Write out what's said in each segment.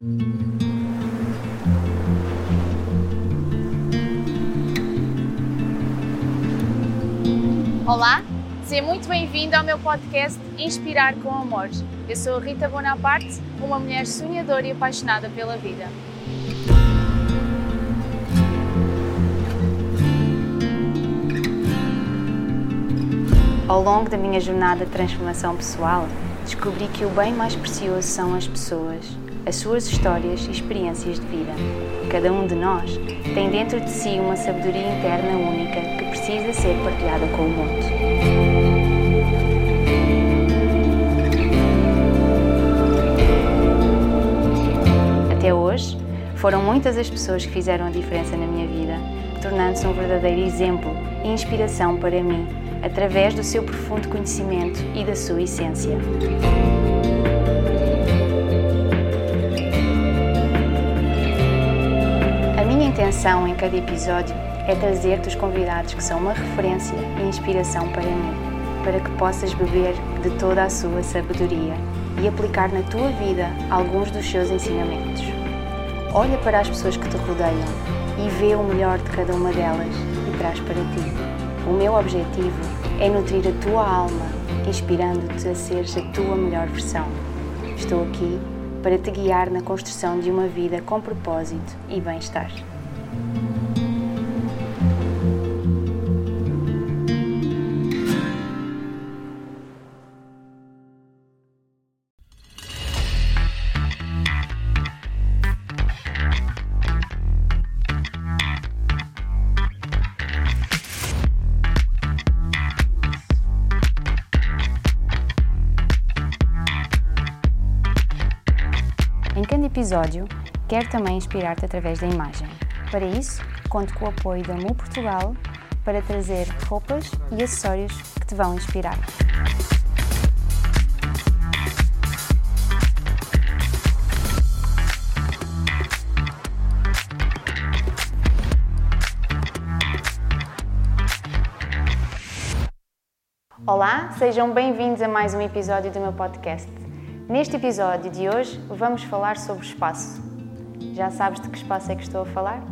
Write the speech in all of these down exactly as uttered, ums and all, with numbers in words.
Olá, seja muito bem-vindo ao meu podcast Inspirar com Amor. Eu sou a Rita Bonaparte, uma mulher sonhadora e apaixonada pela vida. Ao longo da minha jornada de transformação pessoal, descobri que o bem mais precioso são as pessoas, as suas histórias e experiências de vida. Cada um de nós tem dentro de si uma sabedoria interna única que precisa ser partilhada com o mundo. Até hoje, foram muitas as pessoas que fizeram a diferença na minha vida, tornando-se um verdadeiro exemplo e inspiração para mim, através do seu profundo conhecimento e da sua essência. A minha intenção em cada episódio é trazer-te os convidados que são uma referência e inspiração para mim, para que possas beber de toda a sua sabedoria e aplicar na tua vida alguns dos seus ensinamentos. Olha para as pessoas que te rodeiam e vê o melhor de cada uma delas e traz para ti. O meu objetivo é nutrir a tua alma, inspirando-te a seres a tua melhor versão. Estou aqui para te guiar na construção de uma vida com propósito e bem-estar. Em cada episódio, quero também inspirar-te através da imagem. Para isso, conto com o apoio da Mu Portugal para trazer roupas e acessórios que te vão inspirar. Olá, sejam bem-vindos a mais um episódio do meu podcast. Neste episódio de hoje vamos falar sobre espaço. Já sabes de que espaço é que estou a falar?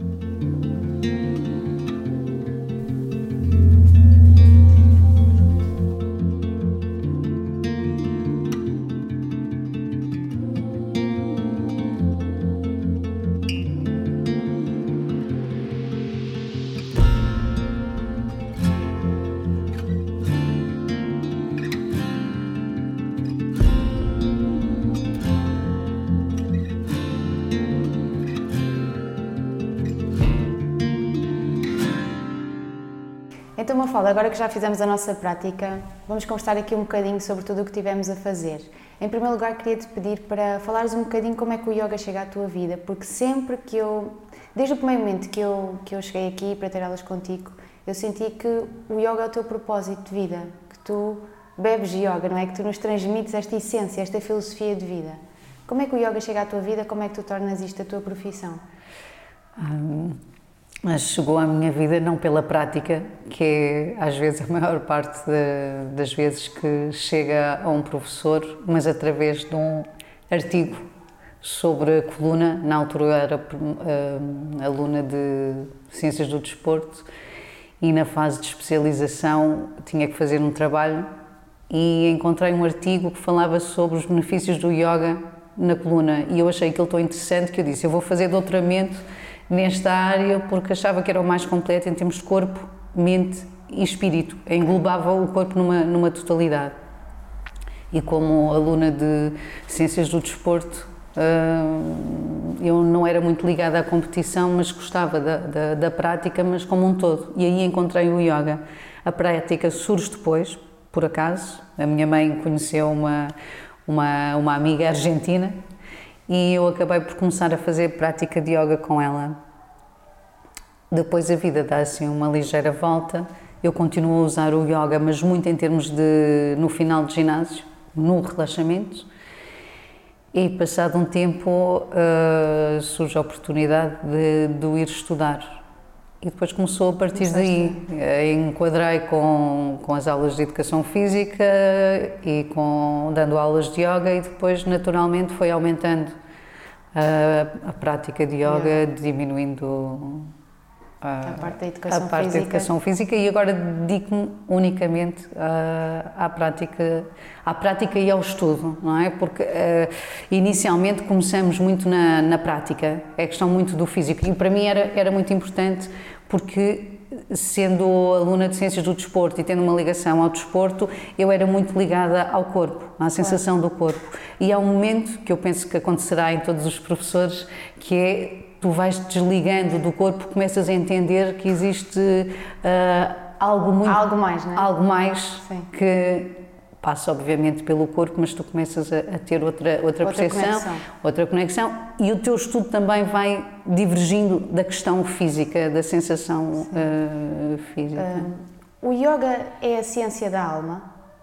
Então, Mafalda, agora que já fizemos a nossa prática, vamos conversar aqui um bocadinho sobre tudo o que tivemos a fazer. Em primeiro lugar, queria-te pedir para falares um bocadinho como é que o yoga chega à tua vida, porque sempre que eu, desde o primeiro momento que eu, que eu cheguei aqui para ter aulas contigo, eu senti que o yoga é o teu propósito de vida, que tu bebes yoga, não é? Que tu nos transmites esta essência, esta filosofia de vida. Como é que o yoga chega à tua vida? Como é que tu tornas isto a tua profissão? Hum... Mas chegou à minha vida não pela prática, que é às vezes a maior parte de, das vezes que chega a um professor, mas através de um artigo sobre a coluna. Na altura eu era uh, aluna de Ciências do Desporto e na fase de especialização tinha que fazer um trabalho e encontrei um artigo que falava sobre os benefícios do yoga na coluna e eu achei aquilo tão interessante que eu disse, eu vou fazer doutoramento nesta área porque achava que era o mais completo em termos de corpo, mente e espírito, englobava o corpo numa, numa totalidade. E como aluna de Ciências do Desporto, eu não era muito ligada à competição, mas gostava da, da, da prática, mas como um todo. E aí encontrei o yoga. A prática surge depois, por acaso. A minha mãe conheceu uma, uma, uma amiga argentina, e eu acabei por começar a fazer prática de yoga com ela. Depois a vida dá assim uma ligeira volta, eu continuo a usar o yoga, mas muito em termos de, no final de ginásio, no relaxamento, e passado um tempo uh, surge a oportunidade de, de o ir estudar. E depois começou a partir daí, enquadrei com, com as aulas de educação física e com, dando aulas de yoga e depois naturalmente foi aumentando a, a prática de yoga, yeah. diminuindo a, a parte da educação, a parte física. Da educação física e agora dedico-me unicamente à, à, prática, à prática e ao estudo, não é? Porque uh, inicialmente começamos muito na, na prática, é questão muito do físico e para mim era, era muito importante porque sendo aluna de Ciências do Desporto e tendo uma ligação ao desporto, eu era muito ligada ao corpo, à sensação claro. do corpo. E há um momento que eu penso que acontecerá em todos os professores, que é tu vais desligando do corpo, começas a entender que existe uh, algo muito... Algo mais, não é? Algo mais Sim. que passa obviamente pelo corpo, mas tu começas a, a ter outra, outra, outra percepção, conexão. outra conexão e o teu estudo também vai divergindo da questão física, da sensação uh, física. Um, o yoga é a ciência da alma?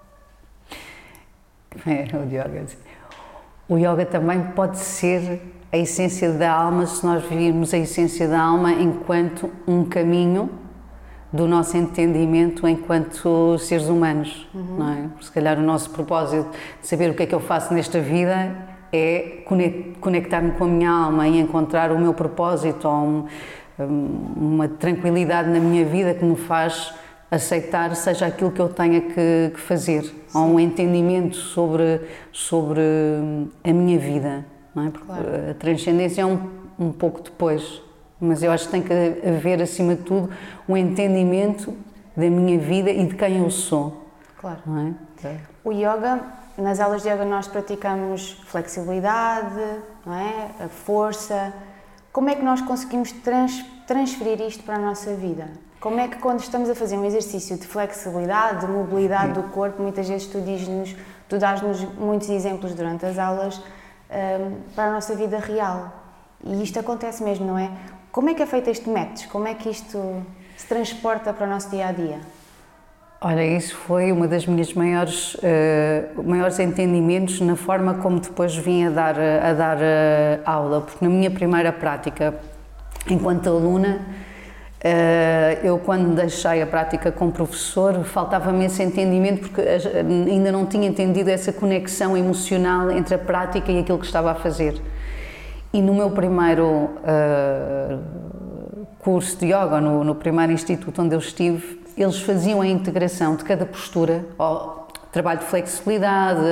É, o yoga. O yoga também pode ser a essência da alma se nós virmos a essência da alma enquanto um caminho do nosso entendimento enquanto seres humanos, uhum. não é? Porque se calhar o nosso propósito de saber o que é que eu faço nesta vida é conectar-me com a minha alma e encontrar o meu propósito ou um, uma tranquilidade na minha vida que me faz aceitar seja aquilo que eu tenha que, que fazer, Sim. ou um entendimento sobre, sobre a minha vida, não é? Porque claro. a transcendência é um, um pouco depois. Mas eu acho que tem que haver, acima de tudo, um entendimento da minha vida e de quem eu sou. Claro. Não é? O yoga, nas aulas de yoga nós praticamos flexibilidade, não é? A força. Como é que nós conseguimos trans, transferir isto para a nossa vida? Como é que quando estamos a fazer um exercício de flexibilidade, de mobilidade Sim. do corpo, muitas vezes tu dizes-nos, tu dás-nos muitos exemplos durante as aulas um, para a nossa vida real. E isto acontece mesmo, não é? Como é que é feito este método? Como é que isto se transporta para o nosso dia-a-dia? Olha, isso foi uma das minhas maiores, uh, maiores entendimentos na forma como depois vim a dar, a dar uh, aula, porque na minha primeira prática, enquanto aluna, uh, eu quando deixei a prática com o professor, faltava-me esse entendimento, porque ainda não tinha entendido essa conexão emocional entre a prática e aquilo que estava a fazer. E no meu primeiro uh, curso de yoga, no, no primeiro instituto onde eu estive, eles faziam a integração de cada postura, ó, trabalho de flexibilidade,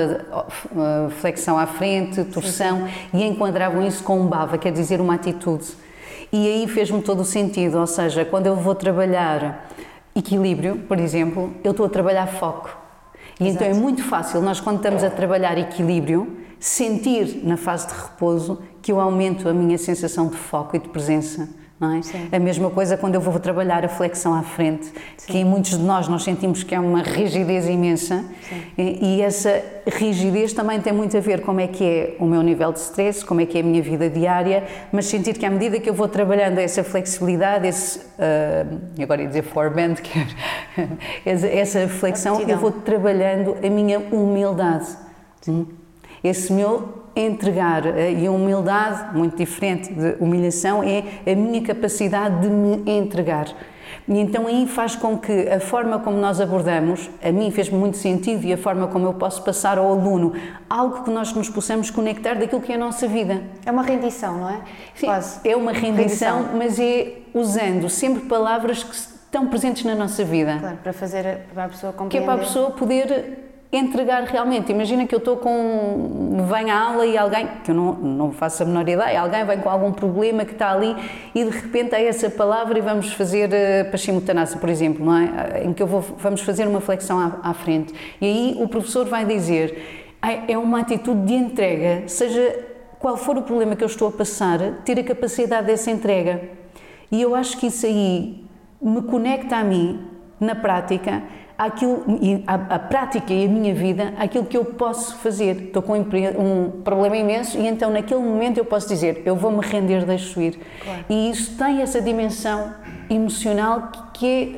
ó, flexão à frente, torção, sim, sim. e enquadravam isso com um bhava, quer dizer uma atitude. E aí fez-me todo o sentido, ou seja, quando eu vou trabalhar equilíbrio, por exemplo, eu estou a trabalhar foco. E Exato. Então é muito fácil, nós quando estamos a trabalhar equilíbrio, sentir na fase de repouso que eu aumento a minha sensação de foco e de presença, não é? Sim. A mesma coisa quando eu vou trabalhar a flexão à frente, Sim. que em muitos de nós nós sentimos que é uma rigidez imensa e, e essa rigidez também tem muito a ver com como é que é o meu nível de stress, como é que é a minha vida diária, mas sentir que à medida que eu vou trabalhando essa flexibilidade, esse, uh, agora ia dizer foreband, que é, essa flexão, eu vou trabalhando a minha humildade. Sim. Esse meu entregar, e a humildade, muito diferente de humilhação, é a minha capacidade de me entregar. E então aí faz com que a forma como nós abordamos, a mim fez-me muito sentido, e a forma como eu posso passar ao aluno, algo que nós nos possamos conectar daquilo que é a nossa vida. É uma rendição, não é? Sim, Quase. É uma rendição, rendição, mas é usando sempre palavras que estão presentes na nossa vida. Claro, para fazer, para a pessoa compreender. Que é para a pessoa poder entregar realmente. Imagina que eu estou com... vem à aula e alguém, que eu não, não faço a menor ideia, alguém vem com algum problema que está ali e de repente é essa palavra e vamos fazer uh, Paschimottanasana, por exemplo, não é? Em que eu vou, vamos fazer uma flexão à, à frente. E aí o professor vai dizer, é uma atitude de entrega, seja qual for o problema que eu estou a passar, ter a capacidade dessa entrega. E eu acho que isso aí me conecta a mim, na prática, Aquilo, a, a prática e a minha vida, aquilo que eu posso fazer. Estou com um problema imenso e então naquele momento eu posso dizer, eu vou-me render, deixo ir. Claro. E isso tem essa dimensão emocional que, que,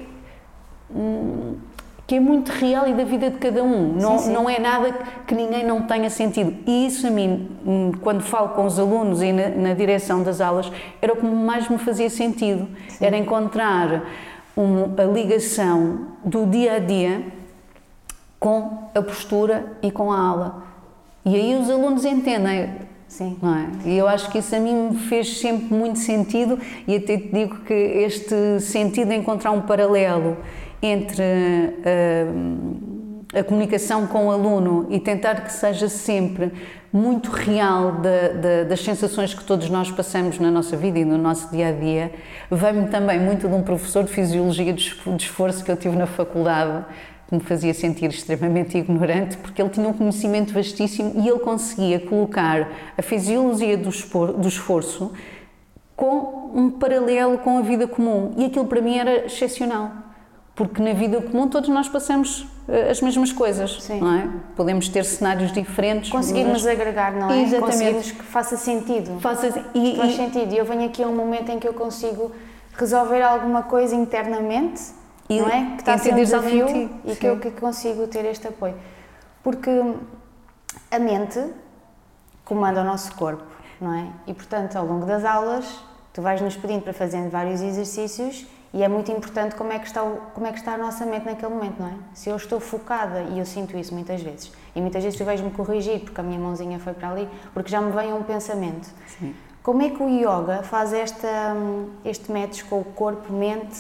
é, que é muito real e da vida de cada um. Não, sim, sim. não é nada que ninguém não tenha sentido. E isso a mim, quando falo com os alunos e na, na direção das aulas, era o que mais me fazia sentido. Sim. Era encontrar Um, a ligação do dia a dia com a postura e com a aula. E aí os alunos entendem, Sim. Não é? E eu acho que isso a mim me fez sempre muito sentido, e até te digo que este sentido de encontrar um paralelo entre uh, a comunicação com o aluno e tentar que seja sempre muito real da, da, das sensações que todos nós passamos na nossa vida e no nosso dia-a-dia, vem-me também muito de um professor de Fisiologia de Esforço que eu tive na faculdade, que me fazia sentir extremamente ignorante, porque ele tinha um conhecimento vastíssimo e ele conseguia colocar a fisiologia do, espor, do esforço com um paralelo com a vida comum, e aquilo para mim era excepcional, porque na vida comum todos nós passamos as mesmas coisas, Sim. não é? Podemos ter cenários diferentes. Conseguirmos mas... agregar, não é? Exatamente. Conseguirmos que faça sentido. Faça... E, Faz e... sentido. E eu venho aqui a um momento em que eu consigo resolver alguma coisa internamente, e não é? Que está a ser um desafio e Sim. que eu que consigo ter este apoio. Porque a mente comanda o nosso corpo, não é? E, portanto, ao longo das aulas, tu vais nos pedindo para fazendo vários exercícios. E é muito importante como é, que está o, como é que está a nossa mente naquele momento, não é? Se eu estou focada, e eu sinto isso muitas vezes, e muitas vezes tu vais-me corrigir porque a minha mãozinha foi para ali, porque já me vem um pensamento. Sim. Como é que o yoga faz esta, este match com o corpo, mente?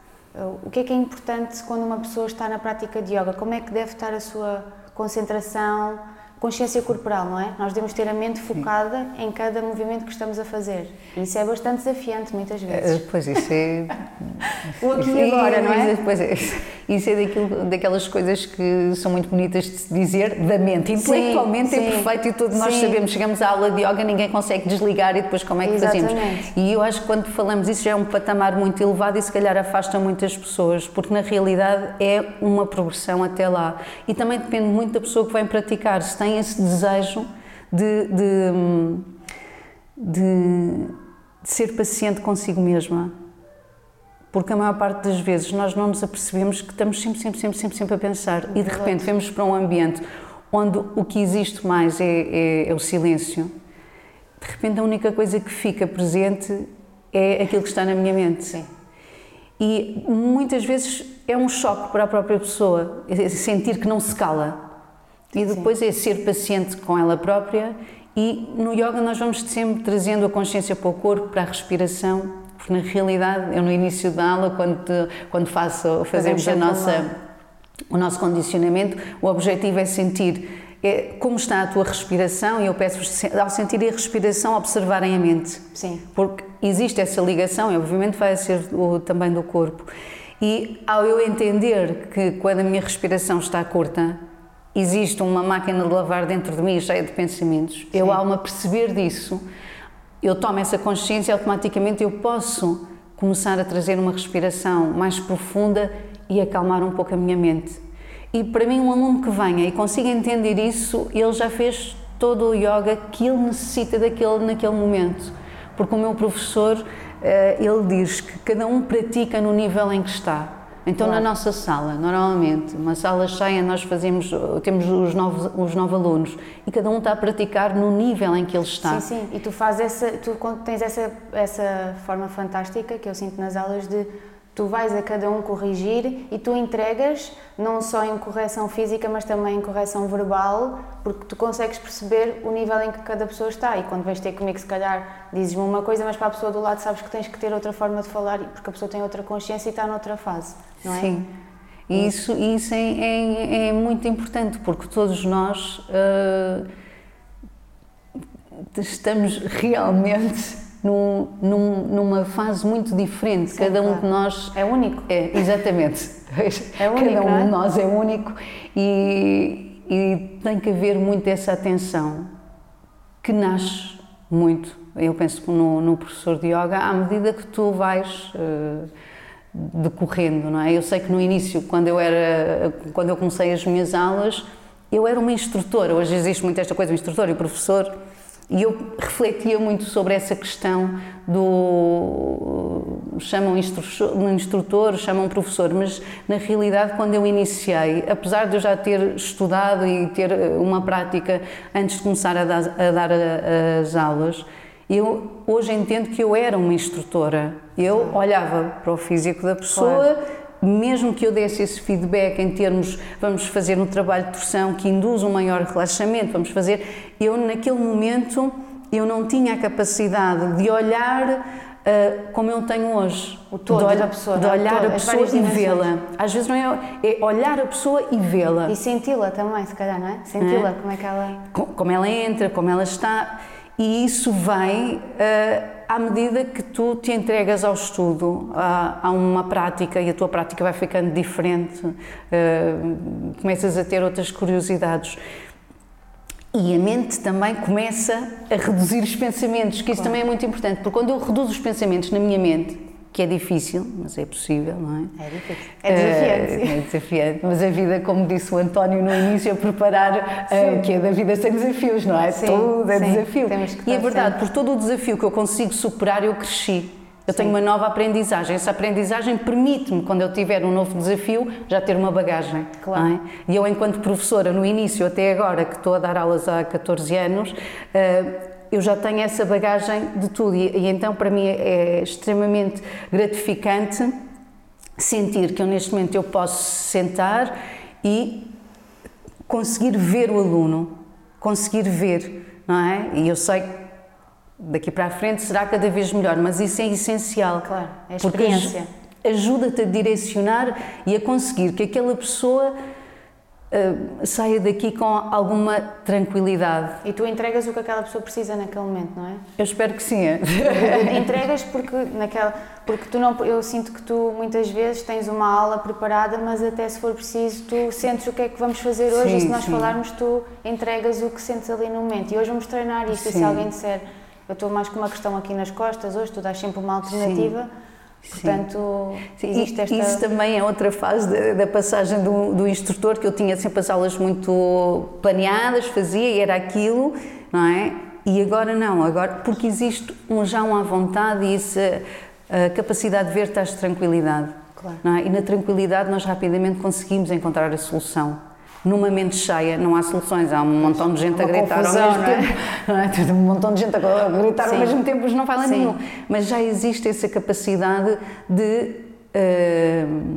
O que é que é importante quando uma pessoa está na prática de yoga? Como é que deve estar a sua concentração, consciência corporal, não é? Nós devemos ter a mente focada Sim. em cada movimento que estamos a fazer. E isso é bastante desafiante, muitas vezes. Pois, isso é... o aqui e agora, não é? Pois é, isso é daquilo, daquelas coisas que são muito bonitas de se dizer, da mente. Intelectualmente sim, é sim. perfeito e todos nós sim. sabemos, chegamos à aula de yoga, ninguém consegue desligar e depois como é que Exatamente. fazemos? E eu acho que quando falamos isso já é um patamar muito elevado e se calhar afasta muitas pessoas, porque na realidade é uma progressão até lá. E também depende muito da pessoa que vem praticar, se tem esse desejo de, de, de, de ser paciente consigo mesma, porque a maior parte das vezes nós não nos apercebemos que estamos sempre, sempre, sempre, sempre, sempre a pensar e de repente vamos para um ambiente onde o que existe mais é, é, é o silêncio. De repente a única coisa que fica presente é aquilo que está na minha mente. Sim. E muitas vezes é um choque para a própria pessoa, sentir que não se cala. E depois Sim. é ser paciente com ela própria, e no yoga nós vamos sempre trazendo a consciência para o corpo, para a respiração, porque na realidade, eu no início da aula, quando, quando faço, fazemos a nossa, o nosso condicionamento, o objetivo é sentir é, como está a tua respiração, e eu peço-vos, ao sentir a respiração, observarem a mente. Sim. Porque existe essa ligação, e obviamente vai ser o, também do corpo. E ao eu entender que quando a minha respiração está curta, existe uma máquina de lavar dentro de mim cheia de pensamentos, Sim. eu ao me aperceber disso, eu tomo essa consciência e automaticamente eu posso começar a trazer uma respiração mais profunda e acalmar um pouco a minha mente. E para mim um aluno que venha e consiga entender isso, ele já fez todo o yoga que ele necessita daquele, naquele momento. Porque o meu professor, ele diz que cada um pratica no nível em que está. Então, claro. Na nossa sala, normalmente, uma sala cheia, nós fazemos, temos os nove, os nove alunos e cada um está a praticar no nível em que ele está. Sim, sim, e tu fazes essa, tu tens essa, essa forma fantástica que eu sinto nas aulas de tu vais a cada um corrigir e tu entregas não só em correção física, mas também em correção verbal, porque tu consegues perceber o nível em que cada pessoa está, e quando vais ter comigo, se calhar dizes-me uma coisa, mas para a pessoa do lado sabes que tens que ter outra forma de falar, porque a pessoa tem outra consciência e está noutra fase, não é? Sim, e isso, isso é, é, é muito importante, porque todos nós uh, estamos realmente Num, num, numa fase muito diferente. Sim, cada um claro. de nós é único. É, exatamente. É único, cada um é? de nós é único e, e tem que haver muito essa atenção que nasce muito. Eu penso que no, no professor de yoga, à medida que tu vais uh, decorrendo, não é? Eu sei que no início, quando eu era, quando eu comecei as minhas aulas, eu era uma instrutora. Hoje existe muito esta coisa, o instrutor e o professor. E eu refletia muito sobre essa questão do chamam instrutor, chamam professor, mas na realidade quando eu iniciei, apesar de eu já ter estudado e ter uma prática antes de começar a dar, a dar as aulas, eu hoje entendo que eu era uma instrutora. Eu olhava para o físico da pessoa, claro. Mesmo que eu desse esse feedback em termos, vamos fazer um trabalho de torção que induz um maior relaxamento, vamos fazer, eu naquele momento, eu não tinha a capacidade de olhar Uh, como eu tenho hoje, o todo de, da pessoa, de olhar todo, a pessoa e vê-la. Às vezes não é, é olhar a pessoa e vê-la. E senti-la também, se calhar, não é? Senti-la, é? Como é que ela... Como ela entra, como ela está, e isso vem uh, à medida que tu te entregas ao estudo, a, a uma prática, e a tua prática vai ficando diferente, uh, começas a ter outras curiosidades. E a mente também começa a reduzir os pensamentos, que isso claro. Também é muito importante, porque quando eu reduzo os pensamentos na minha mente, que é difícil, mas é possível, não é? É difícil. É desafiante. É, é desafiante, mas a vida, como disse o António no início, é preparar uh, que é da vida sem desafios, não é? Sim, Tudo é sim, desafio. E é verdade, por todo o desafio que eu consigo superar, eu cresci. Eu Sim. tenho uma nova aprendizagem. Essa aprendizagem permite-me, quando eu tiver um novo desafio, já ter uma bagagem. Claro. Não é? E eu, enquanto professora, no início, até agora, que estou a dar aulas há catorze anos, uh, eu já tenho essa bagagem de tudo. E, e então, para mim, é extremamente gratificante sentir que eu, neste momento, eu posso sentar e conseguir ver o aluno, conseguir ver, não é? E eu sei que daqui para a frente será cada vez melhor, mas isso é essencial. Claro, é a experiência. Porque ajuda-te a direcionar e a conseguir que aquela pessoa uh, saia daqui com alguma tranquilidade. E tu entregas o que aquela pessoa precisa naquele momento, não é? Eu espero que sim. Entregas porque, naquela, porque tu não, eu sinto que tu muitas vezes tens uma aula preparada, mas até se for preciso tu sentes o que é que vamos fazer hoje sim, e se nós sim. falarmos tu entregas o que sentes ali no momento. E hoje vamos treinar isto sim. e se alguém disser eu estou mais com uma questão aqui nas costas hoje, tu dás sempre uma alternativa, sim. portanto, sim. existe esta... Isso também é outra fase da, da passagem do, do instrutor, que eu tinha sempre as aulas muito planeadas, fazia e era aquilo, não é? E agora não, agora, porque existe um, já um à vontade e isso, a, a capacidade de ver traz tranquilidade, claro. Não é? E na tranquilidade nós rapidamente conseguimos encontrar a solução. Numa mente cheia não há soluções, há um montão de gente a gritar confusão, ao mesmo não é? tempo, não é? Um montão de gente a gritar Sim. ao mesmo tempo, mas não fala Sim. nenhum. Mas já existe essa capacidade de uh,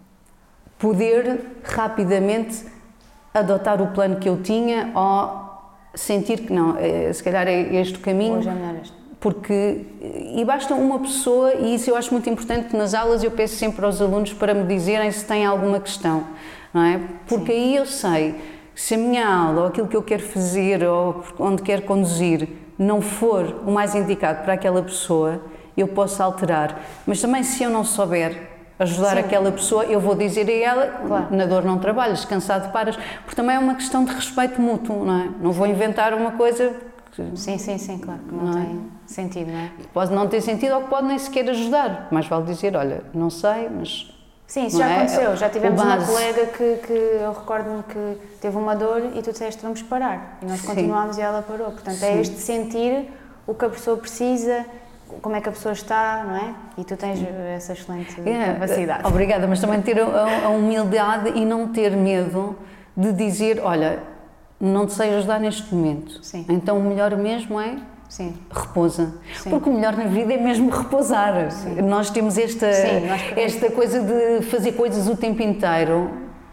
poder rapidamente adotar o plano que eu tinha ou sentir que não, se calhar é este o caminho. Hoje é melhor este. Porque, e basta uma pessoa, e isso eu acho muito importante nas aulas, eu peço sempre aos alunos para me dizerem se têm alguma questão. Não é? Porque Sim. aí eu sei que se a minha aula ou aquilo que eu quero fazer ou onde quero conduzir não for o mais indicado para aquela pessoa, eu posso alterar. Mas também se eu não souber ajudar Sim. aquela pessoa, eu vou dizer a ela, claro. Na dor não trabalhas, cansado paras, porque também é uma questão de respeito mútuo, não é? Não vou inventar uma coisa... Que, sim, sim, sim, claro, que não, não tem é? Sentido, não é? Pode não ter sentido ou que pode nem sequer ajudar, mas vale dizer, olha, não sei, mas... Sim, isso já é? aconteceu, já tivemos uma colega que, que eu recordo-me que teve uma dor e tu disseste vamos parar e nós Sim. continuámos e ela parou, portanto Sim. é este sentir o que a pessoa precisa, como é que a pessoa está, não é? E tu tens essa excelente é, capacidade. Obrigada, mas também ter a, a humildade e não ter medo de dizer, olha, não te sei ajudar neste momento, Sim. então o melhor mesmo é Sim. repousa. Sim. Porque o melhor na vida é mesmo repousar. Sim. Nós temos esta, Sim, nós esta coisa de fazer coisas o tempo inteiro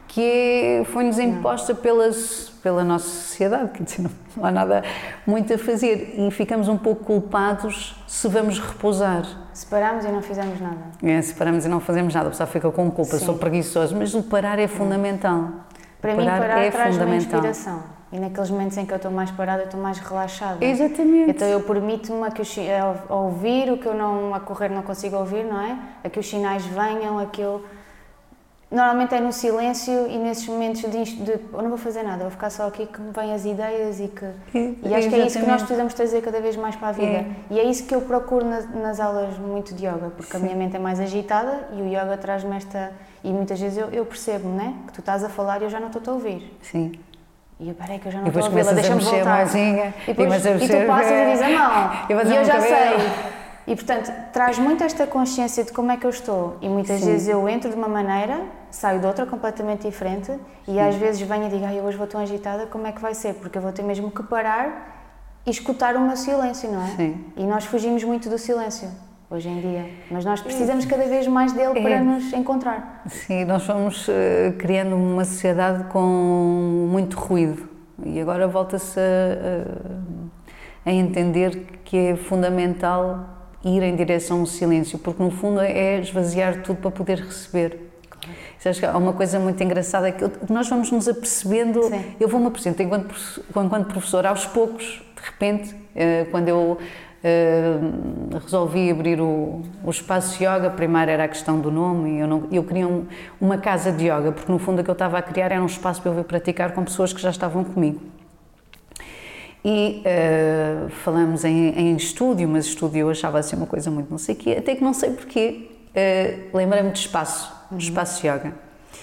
que foi-nos imposta pelas, pela nossa sociedade, quer dizer, não há nada muito a fazer e ficamos um pouco culpados se vamos repousar. Se paramos e não fizemos nada. É, se paramos e não fazemos nada, a pessoa fica com culpa, Sim. sou preguiçoso, mas o parar é fundamental. Para parar mim, parar é traz-me inspiração. E naqueles momentos em que eu estou mais parada, eu estou mais relaxada. Exatamente. Então eu permito-me a, que os, a ouvir o que eu não, a correr não consigo ouvir, não é? A que os sinais venham, a que eu... Normalmente é no silêncio e nesses momentos de, de eu não vou fazer nada, vou ficar só aqui que me vêm as ideias e que... E, e acho que é isso que nós precisamos trazer cada vez mais para a vida. É. E é isso que eu procuro nas, nas aulas muito de yoga, porque Sim. a minha mente é mais agitada e o yoga traz-me esta... E muitas vezes eu, eu percebo, não é? Que tu estás a falar e eu já não estou a ouvir. Sim. E eu, peraí que eu já não estou a ouvi-la, deixa-me voltar. Mozinha, e, depois, e, e tu passas e dizes a mão, e, e eu já cabelo. sei. E portanto, traz muito esta consciência de como é que eu estou. E muitas Sim. vezes eu entro de uma maneira, saio de outra completamente diferente e Sim. às vezes venho e digo, ai, eu hoje vou tão agitada, como é que vai ser? Porque eu vou ter mesmo que parar e escutar o meu silêncio, não é? Sim. E nós fugimos muito do silêncio. Hoje em dia, mas nós precisamos cada vez mais dele para é. nos encontrar. Sim, nós fomos uh, criando uma sociedade com muito ruído e agora volta-se a, a entender que é fundamental ir em direção ao silêncio, porque no fundo é esvaziar tudo para poder receber. Acho que há uma coisa muito engraçada que nós vamos nos apercebendo. Sim. Eu vou-me apresentar enquanto, enquanto professora aos poucos, de repente, quando eu uh, resolvi abrir o, o espaço yoga, primeiro era a questão do nome, eu, não, eu queria um, uma casa de yoga, porque no fundo o que eu estava a criar era um espaço para eu vir praticar com pessoas que já estavam comigo. E uh, falamos em, em estúdio, mas estúdio eu achava assim uma coisa muito não sei o quê, até que não sei porquê, uh, lembrei-me de espaço. Espaço Yoga.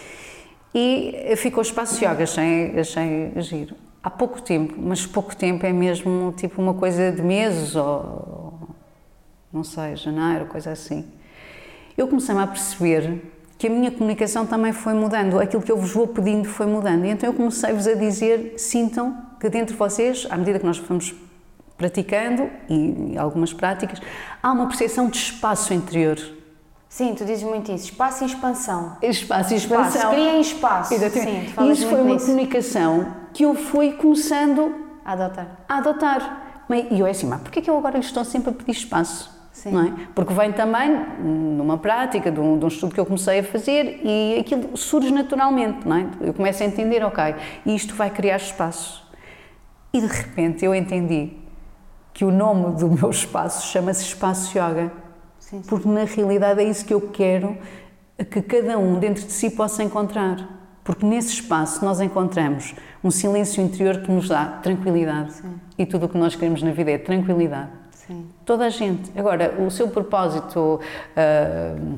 E ficou Espaço Yoga, achei, achei giro. Há pouco tempo, mas pouco tempo é mesmo tipo uma coisa de meses ou, não sei, janeiro, coisa assim. Eu comecei-me a perceber que a minha comunicação também foi mudando, aquilo que eu vos vou pedindo foi mudando. E então eu comecei-vos a dizer, sintam que dentro de vocês, à medida que nós vamos praticando, e algumas práticas, há uma percepção de espaço interior. Sim, tu dizes muito isso, espaço e expansão. Espaço e expansão. Espaço, criem espaço. Exatamente. Sim, tu falas isso muito foi uma nisso. comunicação que eu fui começando a adotar. A adotar. E eu é assim, mas porquê é que eu agora lhe estou sempre a pedir espaço? Sim. Não é? Porque vem também numa prática, de um, de um estudo que eu comecei a fazer e aquilo surge naturalmente, não é? Eu começo a entender, ok, isto vai criar espaço. E de repente eu entendi que o nome do meu espaço chama-se Espaço Yoga. Sim, sim. Porque na realidade é isso que eu quero que cada um dentro de si possa encontrar. Porque nesse espaço nós encontramos um silêncio interior que nos dá tranquilidade. Sim. E tudo o que nós queremos na vida é tranquilidade. Sim. Toda a gente. Agora, o seu propósito uh,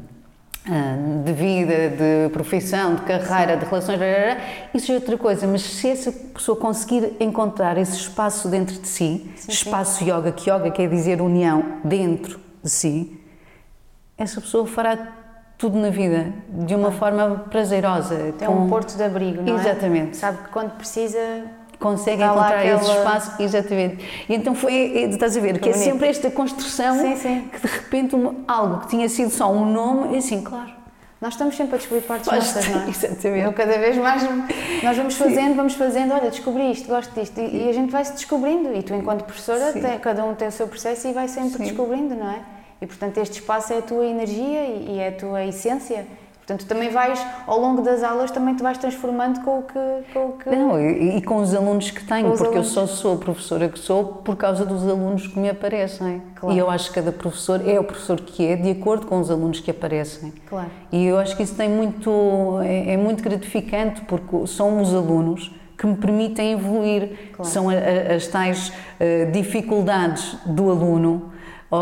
uh, de vida, de profissão, de carreira, sim, de relações, isso é outra coisa. Mas se essa pessoa conseguir encontrar esse espaço dentro de si, sim, espaço sim. yoga, que yoga quer dizer união dentro de si, essa pessoa fará tudo na vida de uma ah. forma prazerosa. É com... um porto de abrigo, não é? Exatamente. Sabe que quando precisa... Consegue encontrar aquela... esse espaço, exatamente. E então foi, estás a ver, que, que é sempre esta construção, sim, sim, que de repente um, algo que tinha sido só um nome, e assim, claro. Nós estamos sempre a descobrir partes Pois, nossas, não é? Exatamente. Eu cada vez mais, nós vamos fazendo, sim, vamos fazendo, olha, descobri isto, gosto disto, e, e a gente vai-se descobrindo, e tu enquanto professora, tem, cada um tem o seu processo e vai sempre, sim, descobrindo, não é? E portanto este espaço é a tua energia e, e é a tua essência. Portanto, também vais, ao longo das aulas, também te vais transformando com o que... Com o que... Não, e, e com os alunos que tenho, porque alunos. Eu só sou a professora que sou por causa dos alunos que me aparecem. Claro. E eu acho que cada professor é o professor que é, de acordo com os alunos que aparecem. Claro. E eu acho que isso tem muito, é, é muito gratificante, porque são os alunos que me permitem evoluir. Claro. São a, a, as tais uh, dificuldades do aluno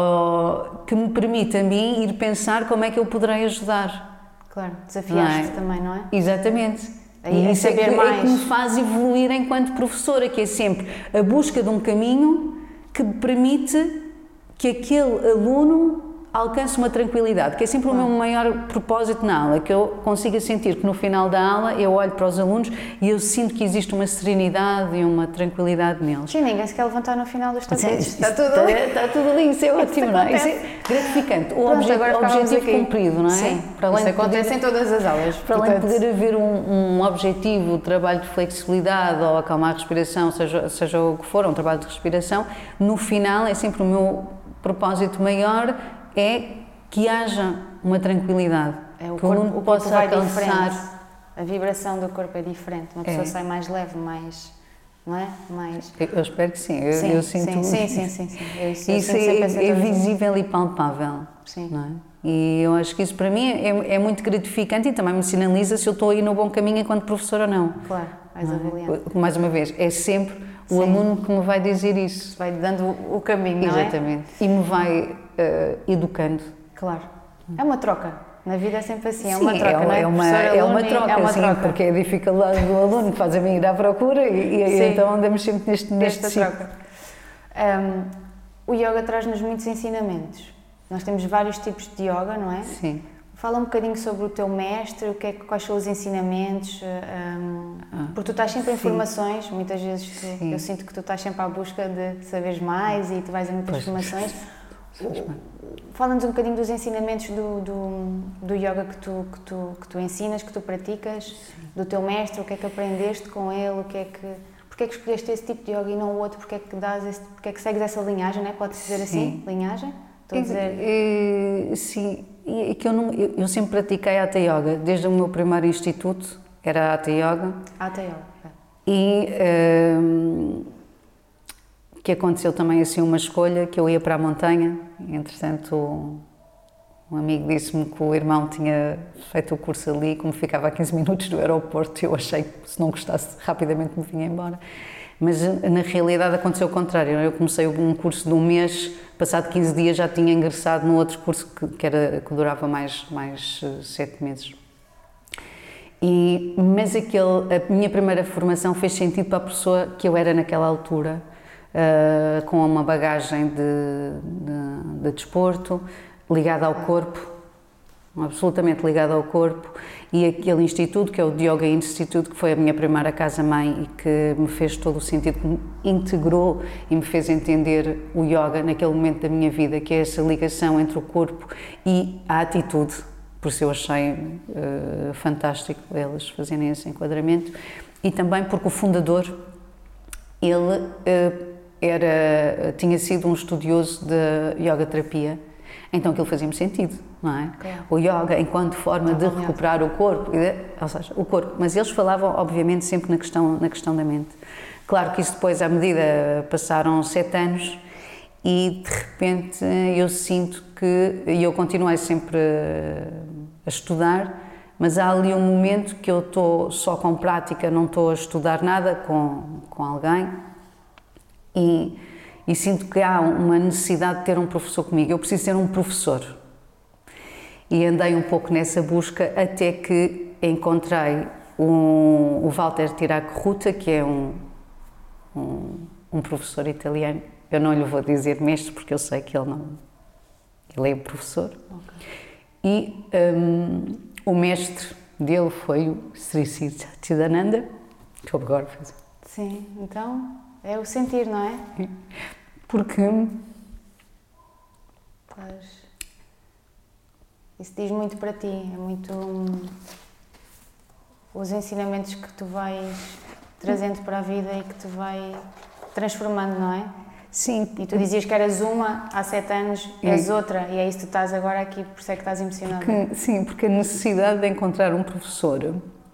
uh, que me permitem a mim ir pensar como é que eu poderei ajudar. Claro, desafiaste é? também, não é? Exatamente. Aí, e isso é que, é mais. que me faz evoluir enquanto professora, que é sempre a busca de um caminho que permite que aquele aluno alcance uma tranquilidade, que é sempre claro. O meu maior propósito na aula, que eu consiga sentir que no final da aula eu olho para os alunos e eu sinto que existe uma serenidade e uma tranquilidade neles. Sim, ninguém se quer levantar no final dos tapetes. Está, está tudo ali. Está, está tudo ali, isso é ótimo, isso não é? Isso é gratificante. O Pronto, obje- objetivo cumprido, não é? Sim, para além isso acontece em todas as aulas. Para além de poder haver um, um objetivo, um trabalho de flexibilidade ou acalmar a respiração, seja, seja o que for, um trabalho de respiração, no final é sempre o meu propósito maior, é que haja uma tranquilidade, é, o que corpo, o aluno o corpo possa vai alcançar. Diferente. A vibração do corpo é diferente, uma pessoa é. sai mais leve, mais, não é? Mais... Eu espero que sim, eu, sim, eu sinto... Sim, sim, sim, sim, sim. Eu, isso eu é, é visível e palpável, sim. Não é? E eu acho que isso para mim é, é muito gratificante e também me sinaliza se eu estou aí no bom caminho enquanto professora ou não. Claro, vais avaliando. Mais uma vez, é sempre o sim. aluno que me vai dizer isso. Vai dando o caminho, não é? Exatamente. E me vai uh, educando. Claro. É uma troca. Na vida é sempre assim, é sim, uma troca, é, não é? É uma, é uma troca, é uma sim, troca. Porque é a dificuldade do aluno que faz a mim ir à procura e, e então andamos sempre neste, neste Esta troca. Um, o yoga traz-nos muitos ensinamentos. Nós temos vários tipos de yoga, não é? Sim. Fala um bocadinho sobre o teu mestre, o que é, quais são os ensinamentos, um, ah, porque tu estás sempre em formações, muitas vezes tu, eu sinto que tu estás sempre à busca de saberes mais e tu vais a muitas pois. formações. Fala-nos um bocadinho dos ensinamentos do, do, do yoga que tu, que, tu, que tu ensinas, que tu praticas, sim. do teu mestre, o que é que aprendeste com ele, o que é que... porque é que escolheste esse tipo de yoga e não o outro, porque é que, dás esse, porque é que segues essa linhagem, não é? Pode-se dizer assim, linhagem? Estou a dizer... É, é, sim, é que eu, não, eu, eu sempre pratiquei Hatha Yoga, desde o meu primeiro instituto era Hatha Yoga. Hatha Yoga, é. E um, que aconteceu também assim uma escolha, que eu ia para a montanha, entretanto um amigo disse-me que o irmão tinha feito o curso ali, como ficava a quinze minutos do aeroporto, eu achei que se não gostasse rapidamente me vinha embora. Mas na realidade aconteceu o contrário, eu comecei um curso de um mês, passado quinze dias já tinha ingressado no outro curso que, que, era, que durava mais, mais sete meses. E, mas aquele, a minha primeira formação fez sentido para a pessoa que eu era naquela altura, uh, com uma bagagem de, de, de desporto, ligada ao corpo, absolutamente ligada ao corpo, e aquele instituto, que é o Yoga Institute, que foi a minha primeira casa-mãe e que me fez todo o sentido, que me integrou e me fez entender o yoga naquele momento da minha vida, que é essa ligação entre o corpo e a atitude. Por isso eu achei uh, fantástico eles fazerem esse enquadramento, e também porque o fundador, ele uh, era, tinha sido um estudioso de yoga terapia, então aquilo fazia-me sentido, não é? Claro. O yoga enquanto forma de recuperar o corpo, ou seja, o corpo, mas eles falavam obviamente sempre na questão, na questão da mente. Claro que isso depois, à medida, passaram sete anos e de repente eu sinto que, e eu continuei sempre a estudar, mas há ali um momento que eu estou só com prática, não estou a estudar nada com, com alguém, e E sinto que há uma necessidade de ter um professor comigo. Eu preciso ser um professor. E andei um pouco nessa busca até que encontrei um, o Walter Tirac-Ruta, que é um, um, um professor italiano. Eu não lhe vou dizer mestre, porque eu sei que ele não... Ele é professor. Okay. E um, o mestre dele foi o Sri Satchidananda, que eu agora fiz. Sim, então é o sentir, não é? Porque... Pois. Isso diz muito para ti, é muito... Hum, os ensinamentos que tu vais trazendo para a vida e que te vai transformando, não é? Sim. E tu dizias que eras uma há sete anos, és outra, e é isso que tu estás agora aqui, por isso é que estás emocionada. Porque, sim, porque a necessidade de encontrar um professor,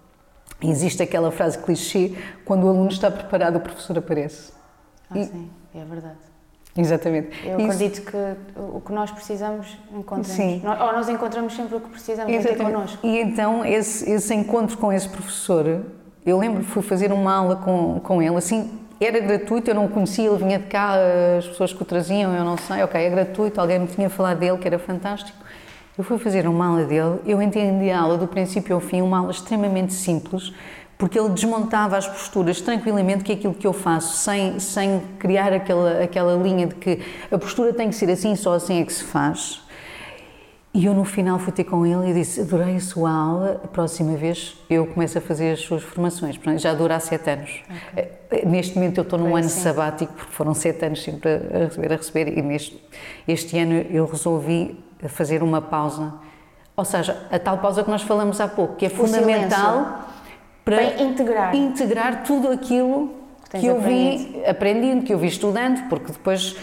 existe aquela frase clichê, quando o aluno está preparado, o professor aparece. Ah, e, sim, é verdade. Exatamente. Eu Isso, acredito que o que nós precisamos, encontramos. Sim. Nós, ou nós encontramos sempre o que precisamos e ter connosco. E então, esse, esse encontro com esse professor, eu lembro que fui fazer uma aula com, com ele, assim, era gratuito, eu não o conhecia, ele vinha de cá, as pessoas que o traziam, eu não sei, ok, é gratuito, alguém me tinha falado dele, que era fantástico. Eu fui fazer uma aula dele, eu entendi a aula do princípio ao fim, uma aula extremamente simples, porque ele desmontava as posturas tranquilamente, que é aquilo que eu faço, sem, sem criar aquela, aquela linha de que a postura tem que ser assim, só assim é que se faz. E eu no final fui ter com ele e disse, adorei a sua aula, a próxima vez eu começo a fazer as suas formações, portanto, já dura há sete anos. Okay. Neste momento eu estou num Foi ano assim. sabático, porque foram sete anos sempre a receber, a receber, e neste, este ano eu resolvi fazer uma pausa, ou seja, a tal pausa que nós falamos há pouco, que é o fundamental... Silêncio. Para, para integrar. integrar tudo aquilo que, que eu vi aprendendo, que eu vi estudando, porque depois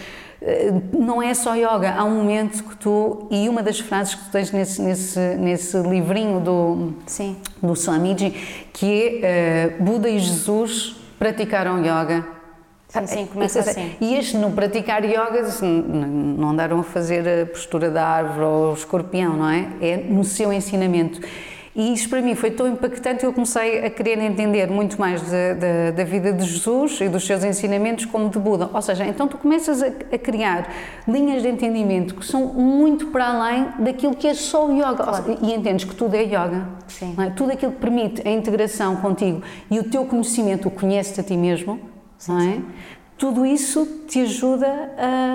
não é só yoga, há um momento que tu, e uma das frases que tu tens nesse, nesse, nesse livrinho do, Sim. do Swamiji, que é uh, Buda e Jesus praticaram yoga. Sim, sim, começa assim. E este no praticar yoga, não andaram a fazer a postura da árvore ou o escorpião, não é? É no seu ensinamento. E isso para mim foi tão impactante que eu comecei a querer entender muito mais de, de, da vida de Jesus e dos seus ensinamentos como de Buda. Ou seja, então tu começas a, a criar linhas de entendimento que são muito para além daquilo que é só o yoga. Claro. Seja, e entendes que tudo é yoga. Sim. Não é? Tudo aquilo que permite a integração contigo e o teu conhecimento, o conheces a ti mesmo, sim, não é? Sim. Tudo isso te ajuda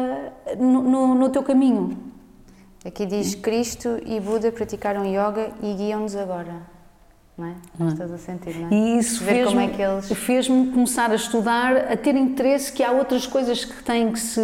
a, no, no, no teu caminho. Aqui diz Cristo e Buda praticaram yoga e guiam-nos agora, não é? Não. Estás a sentir, não é? E isso fez-me é eles... fez começar a estudar, a ter interesse que há outras coisas que têm que se uh,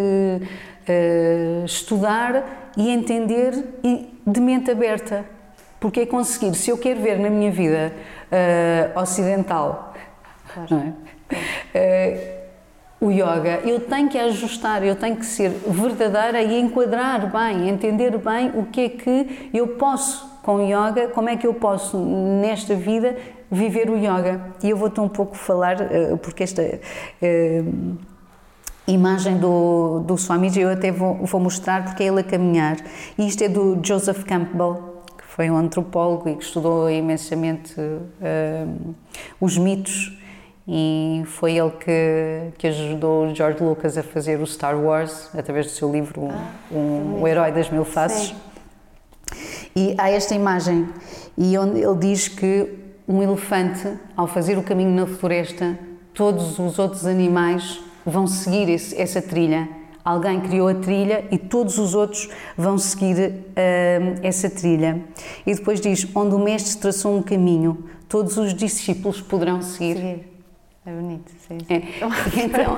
uh, estudar e entender e de mente aberta, porque é conseguir, se eu quero ver na minha vida uh, ocidental Claro. Não é? Claro. Uh, o yoga, eu tenho que ajustar, eu tenho que ser verdadeira e enquadrar bem, entender bem o que é que eu posso com o yoga, como é que eu posso nesta vida viver o yoga. E eu vou-te um pouco falar, uh, porque esta uh, imagem do, do Swamiji eu até vou, vou mostrar porque é ele a caminhar. E isto é do Joseph Campbell, que foi um antropólogo e que estudou imensamente uh, os mitos, e foi ele que, que ajudou o George Lucas a fazer o Star Wars, através do seu livro ah, um, O Herói das Mil Faces. Sim. E há esta imagem, e onde ele diz que um elefante, ao fazer o caminho na floresta, todos os outros animais vão seguir esse, essa trilha. Alguém criou a trilha e todos os outros vão seguir uh, essa trilha. E depois diz, onde o mestre traçou um caminho, todos os discípulos poderão seguir. Seguir. É bonito, sim. É. E então,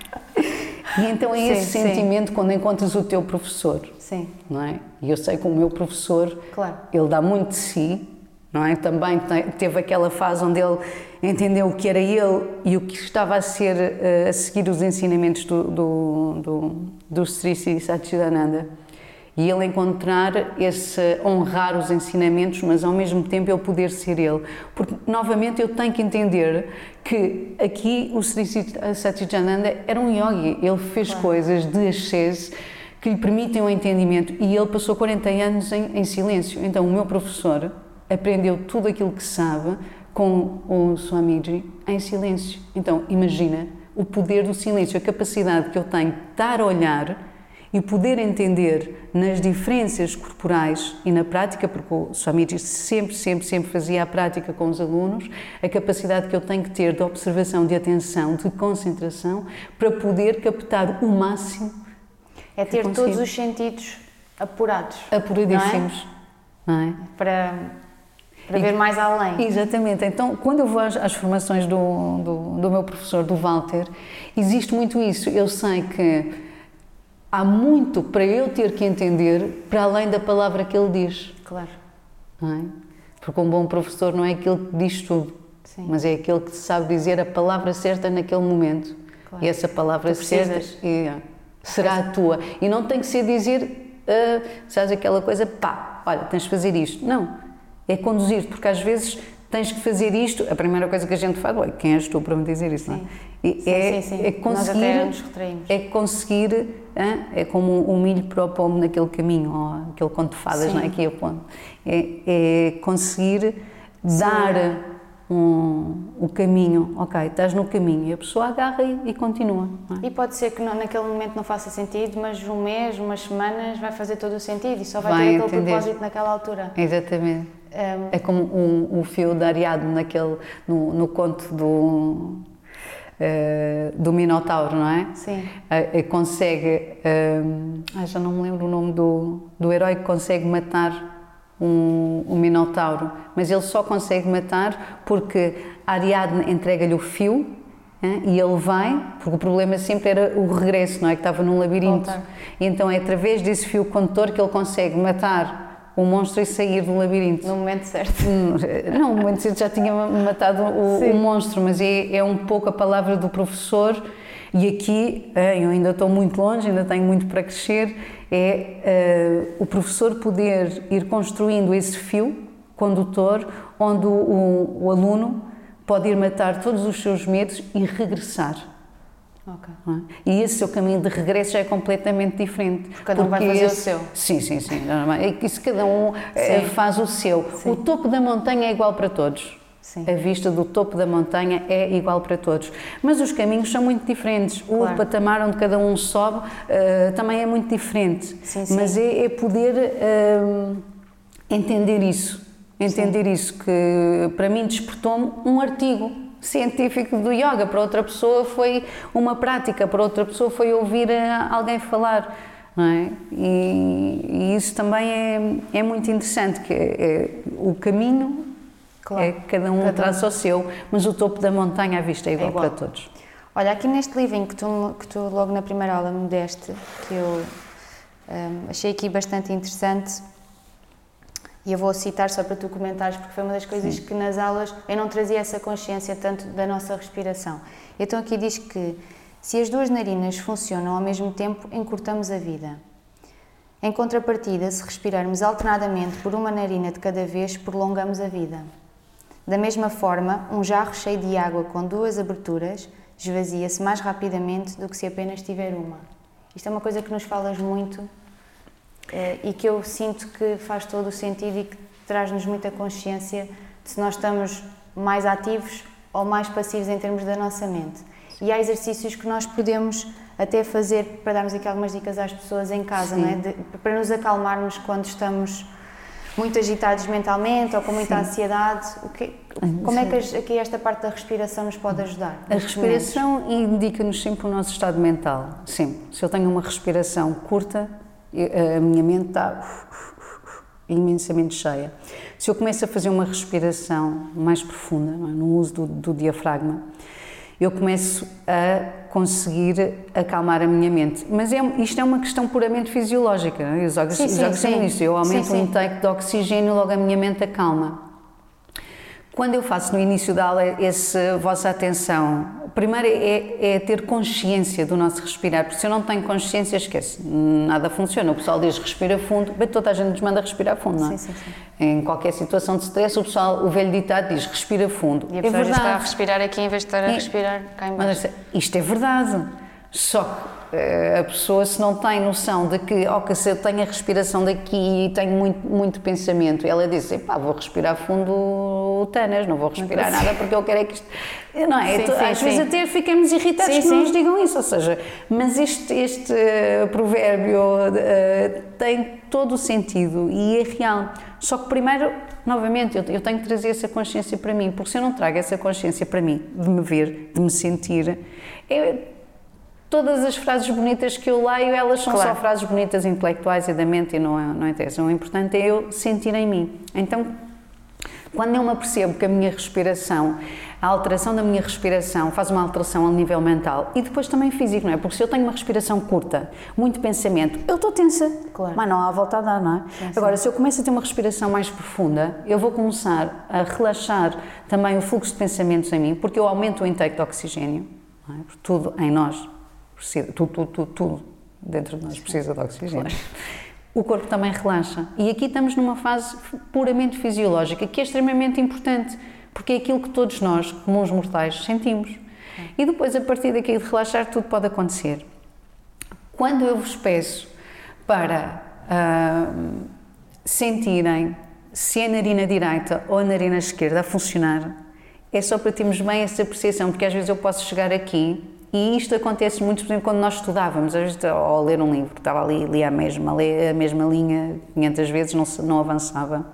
e então é sim, esse sim. sentimento quando encontras o teu professor. Sim. Não é? E eu sei que o meu professor, claro. ele dá muito de si, não é? Também teve aquela fase onde ele entendeu o que era ele e o que estava a ser, a seguir os ensinamentos do, do, do, do Sri Sri Satchidananda. E ele encontrar esse, honrar os ensinamentos, mas ao mesmo tempo ele poder ser ele. Porque, novamente, eu tenho que entender que aqui o Sri Sri Satchidananda era um yogi. Ele fez claro. coisas de ascese que lhe permitem o entendimento e ele passou quarenta anos em, em silêncio. Então, o meu professor aprendeu tudo aquilo que sabe com o Swamiji em silêncio. Então, imagina o poder do silêncio, a capacidade que eu tenho de estar a olhar e poder entender nas diferenças corporais e na prática, porque o Swamiji sempre, sempre, sempre fazia a prática com os alunos, a capacidade que eu tenho que ter de observação, de atenção, de concentração, para poder captar o máximo. É ter todos os sentidos apurados. Apuradíssimos. Não é? Não é? Para, para ver mais além. Exatamente. Então, quando eu vou às, às formações do, do, do meu professor, do Walter, existe muito isso. Eu sei que há muito para eu ter que entender para além da palavra que ele diz. Claro. Não é? Porque um bom professor não é aquele que diz tudo, sim. mas é aquele que sabe dizer a palavra certa naquele momento. Claro. E essa palavra certa é, será a tua. E não tem que ser dizer, uh, sabes, aquela coisa, pá, olha, tens de fazer isto. Não. É conduzir-te, porque às vezes tens que fazer isto, a primeira coisa que a gente faz, ué, quem és tu para me dizer isso? Sim. Não é? E sim, é, sim, sim. é conseguir, nós até nos retraímos. É conseguir, hein? É como um milho para o pombo naquele caminho, ou aquele conto de fadas, sim. não é? Aqui a ponto. É, é conseguir sim. dar um, o caminho, ok, estás no caminho, e a pessoa agarra e, e continua. Não é? E pode ser que não, naquele momento não faça sentido, mas um mês, umas semanas vai fazer todo o sentido e só vai, vai ter aquele entender. propósito naquela altura. Exatamente. Um, é como um, um fio de Ariadne naquele, no, no conto do, uh, do Minotauro, não é? Sim. Uh, uh, consegue, uh, ah, já não me lembro o nome do, do herói que consegue matar um, um Minotauro, mas ele só consegue matar porque Ariadne entrega-lhe o fio, hein, e ele vai, porque o problema sempre era o regresso, não é? Que estava num labirinto. Volta. E então é através desse fio condutor que ele consegue matar o monstro e sair do labirinto. No momento certo. Não, no momento certo já tinha matado o, o monstro, mas é, é um pouco a palavra do professor. E aqui, eu ainda estou muito longe, ainda tenho muito para crescer, é uh, o professor poder ir construindo esse fio condutor, onde o, o, o aluno pode ir matar todos os seus medos e regressar. Okay. E esse seu caminho de regresso já é completamente diferente. Porque cada um vai fazer esse... o seu. Sim, sim, sim. É isso, cada um sim. faz o seu. Sim. O topo da montanha é igual para todos. Sim. A vista do topo da montanha é igual para todos. Mas os caminhos são muito diferentes. Claro. O patamar onde cada um sobe uh, também é muito diferente. Sim, sim. Mas é, é poder uh, entender isso. Entender sim. isso, que para mim despertou-me um artigo científico do yoga, para outra pessoa foi uma prática, para outra pessoa foi ouvir alguém falar, não é? E, e isso também é, é muito interessante, que é, é, o caminho claro. é cada um cada traça um. o seu, mas o topo da montanha à vista é igual, é igual. para todos. Olha, aqui neste livrinho que tu, que tu logo na primeira aula me deste, que eu um, achei aqui bastante interessante, E eu vou citar só para tu comentares, porque foi uma das coisas Sim. que nas aulas eu não trazia essa consciência tanto da nossa respiração. Então aqui diz que se as duas narinas funcionam ao mesmo tempo, encurtamos a vida. Em contrapartida, se respirarmos alternadamente por uma narina de cada vez, prolongamos a vida. Da mesma forma, um jarro cheio de água com duas aberturas esvazia-se mais rapidamente do que se apenas tiver uma. Isto é uma coisa que nos falas muito eh, e que eu sinto que faz todo o sentido e que traz-nos muita consciência de se nós estamos mais ativos ou mais passivos em termos da nossa mente. E há exercícios que nós podemos até fazer, para darmos aqui algumas dicas às pessoas em casa, não é? De, para nos acalmarmos quando estamos muito agitados mentalmente ou com muita Sim. ansiedade. O que, como é que aqui esta parte da respiração nos pode ajudar? A respiração indica-nos sempre o nosso estado mental, sempre. Se eu tenho uma respiração curta, a minha mente está imensamente cheia. Se eu começo a fazer uma respiração mais profunda, não é? No uso do, do diafragma, eu começo a conseguir acalmar a minha mente. Mas é, isto é uma questão puramente fisiológica. Eu já sei isso. Eu aumento sim, sim. o intake de oxigênio, logo a minha mente acalma. Quando eu faço no início da aula essa vossa atenção, primeiro é, é ter consciência do nosso respirar, porque se eu não tenho consciência, esquece, nada funciona. O pessoal diz respira fundo, bem, toda a gente nos manda respirar fundo, não é? Sim, sim, sim. Em qualquer situação de stress, o pessoal, o velho ditado diz respira fundo. E a pessoa é verdade. Está a respirar aqui em vez de estar a respirar cá em baixo. Mas isto é verdade, só que a pessoa, se não tem noção de que, ok, se eu tenho a respiração daqui e tenho muito, muito pensamento, ela diz, pá, vou respirar fundo tanas, não vou respirar não nada porque eu quero é que isto... Não é? Sim, sim, às sim. vezes até ficamos irritados sim, que sim. não nos digam isso, ou seja, mas este, este uh, provérbio uh, tem todo o sentido e é real. Só que primeiro, novamente, eu, eu tenho que trazer essa consciência para mim, porque se eu não trago essa consciência para mim, de me ver, de me sentir, é... Todas as frases bonitas que eu leio, elas são claro. Só frases bonitas intelectuais e da mente e não é, não é isso. O importante é eu sentir em mim. Então, quando eu me apercebo que a minha respiração, a alteração da minha respiração faz uma alteração a nível mental e depois também físico, não é? Porque se eu tenho uma respiração curta, muito pensamento, eu estou tensa, claro. Mas não há volta a dar, não é? Sim, sim. Agora, se eu começo a ter uma respiração mais profunda, eu vou começar a relaxar também o fluxo de pensamentos em mim, porque eu aumento o intake de oxigênio, não é? Porque tudo em nós precisa, tudo, tudo, tudo, tudo dentro de nós precisa de oxigênio. Claro. O corpo também relaxa. E aqui estamos numa fase puramente fisiológica, que é extremamente importante, porque é aquilo que todos nós, comuns mortais, sentimos. É. E depois, a partir daqui de relaxar, tudo pode acontecer. Quando eu vos peço para uh, sentirem se é a narina direita ou a narina esquerda a funcionar, é só para termos bem essa percepção, porque às vezes eu posso chegar aqui. E isto acontece muito, por exemplo, quando nós estudávamos, às vezes, ao ler um livro, estava ali, lia a mesma, lia a mesma linha quinhentas vezes, não, não avançava.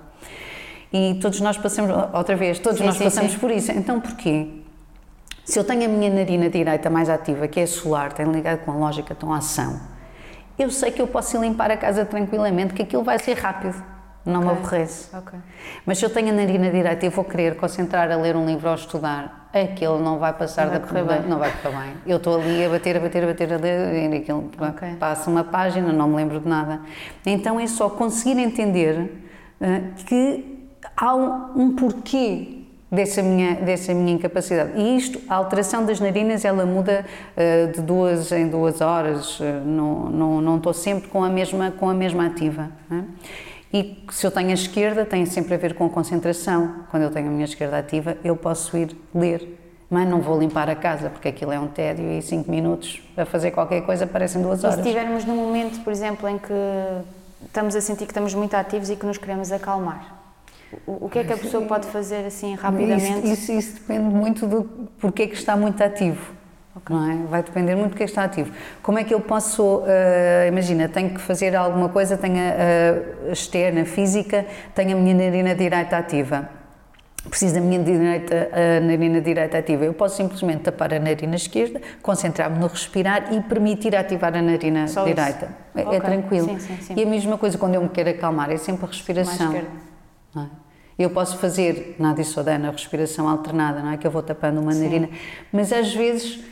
E todos nós passamos, outra vez, todos sim, nós sim, passamos sim. por isso. Então, porquê? Se eu tenho a minha narina direita mais ativa, que é a solar, tem ligado com a lógica, com a ação, eu sei que eu posso ir limpar a casa tranquilamente, que aquilo vai ser rápido. Não okay. me aborrece. Okay. Mas se eu tenho a narina direita e vou querer concentrar a ler um livro ou a estudar, aquilo não vai passar não vai da correr bem. Não vai correr bem. Eu estou ali a bater, a bater, a bater, a ler, e aquilo okay. passa uma página, não me lembro de nada. Então é só conseguir entender uh, que há um, um porquê dessa minha, dessa minha incapacidade. E isto, a alteração das narinas, ela muda uh, de duas em duas horas. Uh, não, não, não estou sempre com a mesma, com a mesma ativa. Não é? E se eu tenho a esquerda, tem sempre a ver com a concentração. Quando eu tenho a minha esquerda ativa, eu posso ir ler, mas não vou limpar a casa, porque aquilo é um tédio e cinco minutos a fazer qualquer coisa parecem duas horas. E se estivermos num momento, por exemplo, em que estamos a sentir que estamos muito ativos e que nos queremos acalmar, o, o que é que a pessoa pode fazer assim rapidamente? Isso, isso, isso depende muito do porquê que está muito ativo. Okay. Não é? Vai depender muito do que está ativo. Como é que eu posso, uh, imagina, tenho que fazer alguma coisa, tenho a, a externa, física, tenho a minha narina direita ativa, preciso da minha direita, a narina direita ativa, eu posso simplesmente tapar a narina esquerda, concentrar-me no respirar e permitir ativar a narina Só direita. É, okay. é tranquilo. Sim, sim, sim. E a mesma coisa quando eu me quero acalmar, é sempre a respiração. Não é? Eu posso fazer na Adissodana, a respiração alternada, não é? Que eu vou tapando uma sim. narina, mas às vezes...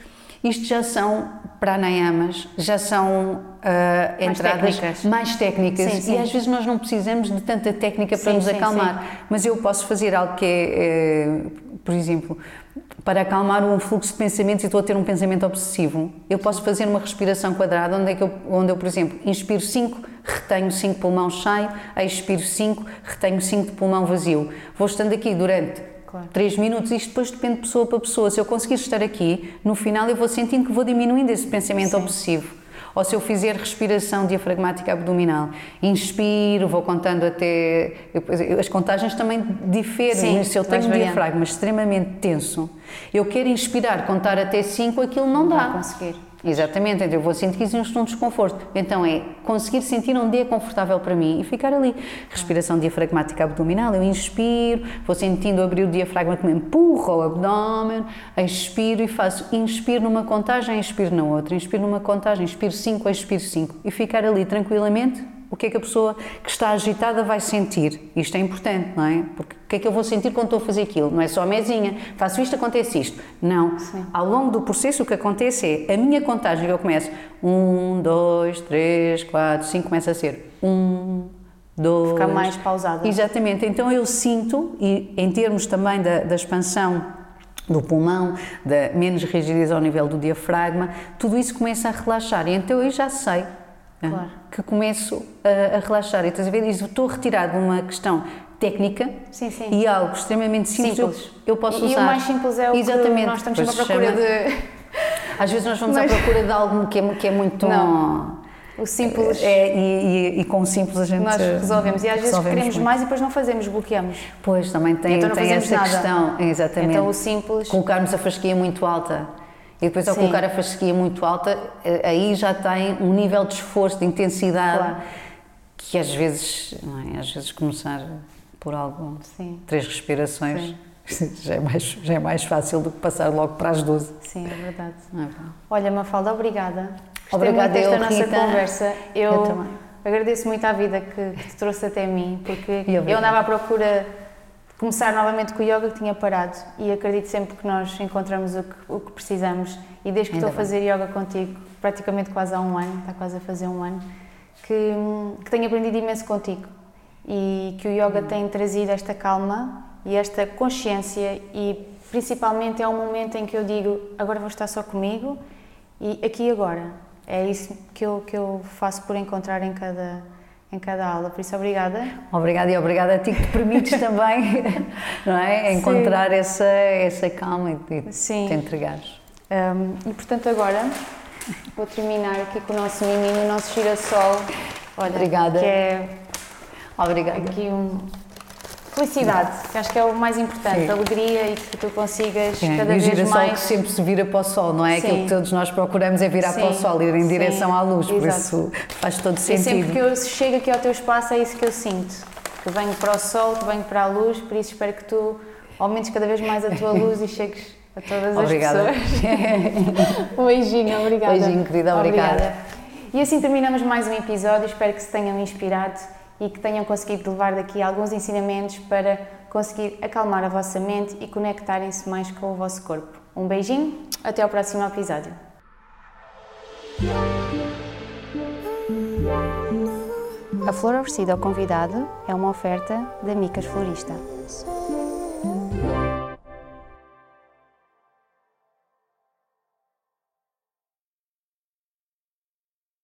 Isto já são pranayamas, já são uh, entradas técnicas. mais técnicas Sim, sim. e às vezes nós não precisamos de tanta técnica para Sim, nos sim, acalmar, sim. mas eu posso fazer algo que é, eh, por exemplo, para acalmar um fluxo de pensamentos e estou a ter um pensamento obsessivo, eu posso fazer uma respiração quadrada onde, é que eu, onde eu, por exemplo, inspiro cinco, retenho cinco pulmão cheio, expiro cinco, retenho cinco de pulmão vazio. Vou estando aqui durante Claro. três minutos, isto depois depende de pessoa para pessoa. Se eu conseguir estar aqui, no final eu vou sentindo que vou diminuindo esse pensamento Sim. obsessivo. Ou se eu fizer respiração diafragmática abdominal, inspiro, vou contando até... eu- as contagens também diferem. Sim, Se eu vais tenho um variando. diafragma extremamente tenso, eu quero inspirar, contar até cinco, aquilo não dá. Vai conseguir. Exatamente, então eu vou sentir que existe um desconforto. Então é conseguir sentir onde é confortável para mim e ficar ali. Respiração diafragmática abdominal, eu inspiro, vou sentindo abrir o diafragma que me empurra o abdômen, expiro e faço inspiro numa contagem, expiro na outra, inspiro numa contagem, expiro cinco, expiro cinco e ficar ali tranquilamente. O que é que a pessoa que está agitada vai sentir? Isto é importante, não é? Porque o que é que eu vou sentir quando estou a fazer aquilo? Não é só a mesinha, faço isto, acontece isto. Não. Sim. Ao longo do processo o que acontece é a minha contagem, eu começo um, dois, três, quatro, cinco, começa a ser um, dois... Ficar mais pausada. Exatamente, então eu sinto, e em termos também da, da expansão do pulmão, da menos rigidez ao nível do diafragma, tudo isso começa a relaxar e então eu já sei Claro. que começo a, a relaxar. E estás a ver, isto, estou a retirar de uma questão técnica Sim, sim. e algo extremamente simples, Simples. Eu, eu posso E- usar. E o mais simples é o Exatamente. que nós estamos Pois sempre à procura chama- de... Às vezes nós vamos Mas- à procura de algo que é, que é muito... Não. O simples É, e, e, e com o simples a gente nós resolvemos. E às vezes resolvemos queremos muito. mais e depois não fazemos, bloqueamos. Pois, também tem, Então não tem fazemos essa nada. questão. Exatamente. Então o simples... Colocarmos a fasquia muito alta. E depois ao Sim. colocar a fasquia muito alta, eh, aí já tem um nível de esforço, de intensidade, Claro. que às vezes, não é? Às vezes começar por algo, Sim. três respirações, já é, mais, já é mais fácil do que passar logo para as doze. Sim, é verdade. Não é verdade? Olha, Mafalda, obrigada. Gostei Obrigada muito desta eu, nossa Rita. conversa. Eu, Eu também. agradeço muito à vida que, que te trouxe até mim, porque E eu obrigada. andava à procura de começar novamente com o yoga que tinha parado e acredito sempre que nós encontramos o que, o que precisamos e desde que Ainda estou a fazer yoga contigo, praticamente quase há um ano, está quase a fazer um ano, que, que tenho aprendido imenso contigo e que o yoga tem trazido esta calma e esta consciência e principalmente é um momento em que eu digo agora vou estar só comigo e aqui e agora. É isso que eu, que eu faço por encontrar em cada, em cada aula, por isso obrigada. Obrigada e obrigada a ti que te permites também, não é? Sim. Encontrar essa, essa calma e te, Sim. te entregares. Um, e portanto agora vou terminar aqui com o nosso miminho, o nosso girassol. Olha, Obrigada. que é Obrigada. aqui um... Felicidade, que acho que é o mais importante, Sim. alegria e que tu consigas É, cada e o vez girassol mais... que sempre se vira para o sol, não é? Sim. Aquilo que todos nós procuramos é virar Sim, para o sol, ir em sim, direção à luz, por exato. isso faz todo E sentido. sempre que eu chego aqui ao teu espaço é isso que eu sinto, que venho para o sol, que venho para a luz, por isso espero que tu aumentes cada vez mais a tua luz e chegues a todas as Obrigada. pessoas. Um beijinho, obrigada. Beijinho, querida, obrigada. E assim terminamos mais um episódio, espero que se tenham inspirado e que tenham conseguido levar daqui alguns ensinamentos para conseguir acalmar a vossa mente e conectarem-se mais com o vosso corpo. Um beijinho, até ao próximo episódio. A flor oferecida ao convidado é uma oferta da Micas Florista.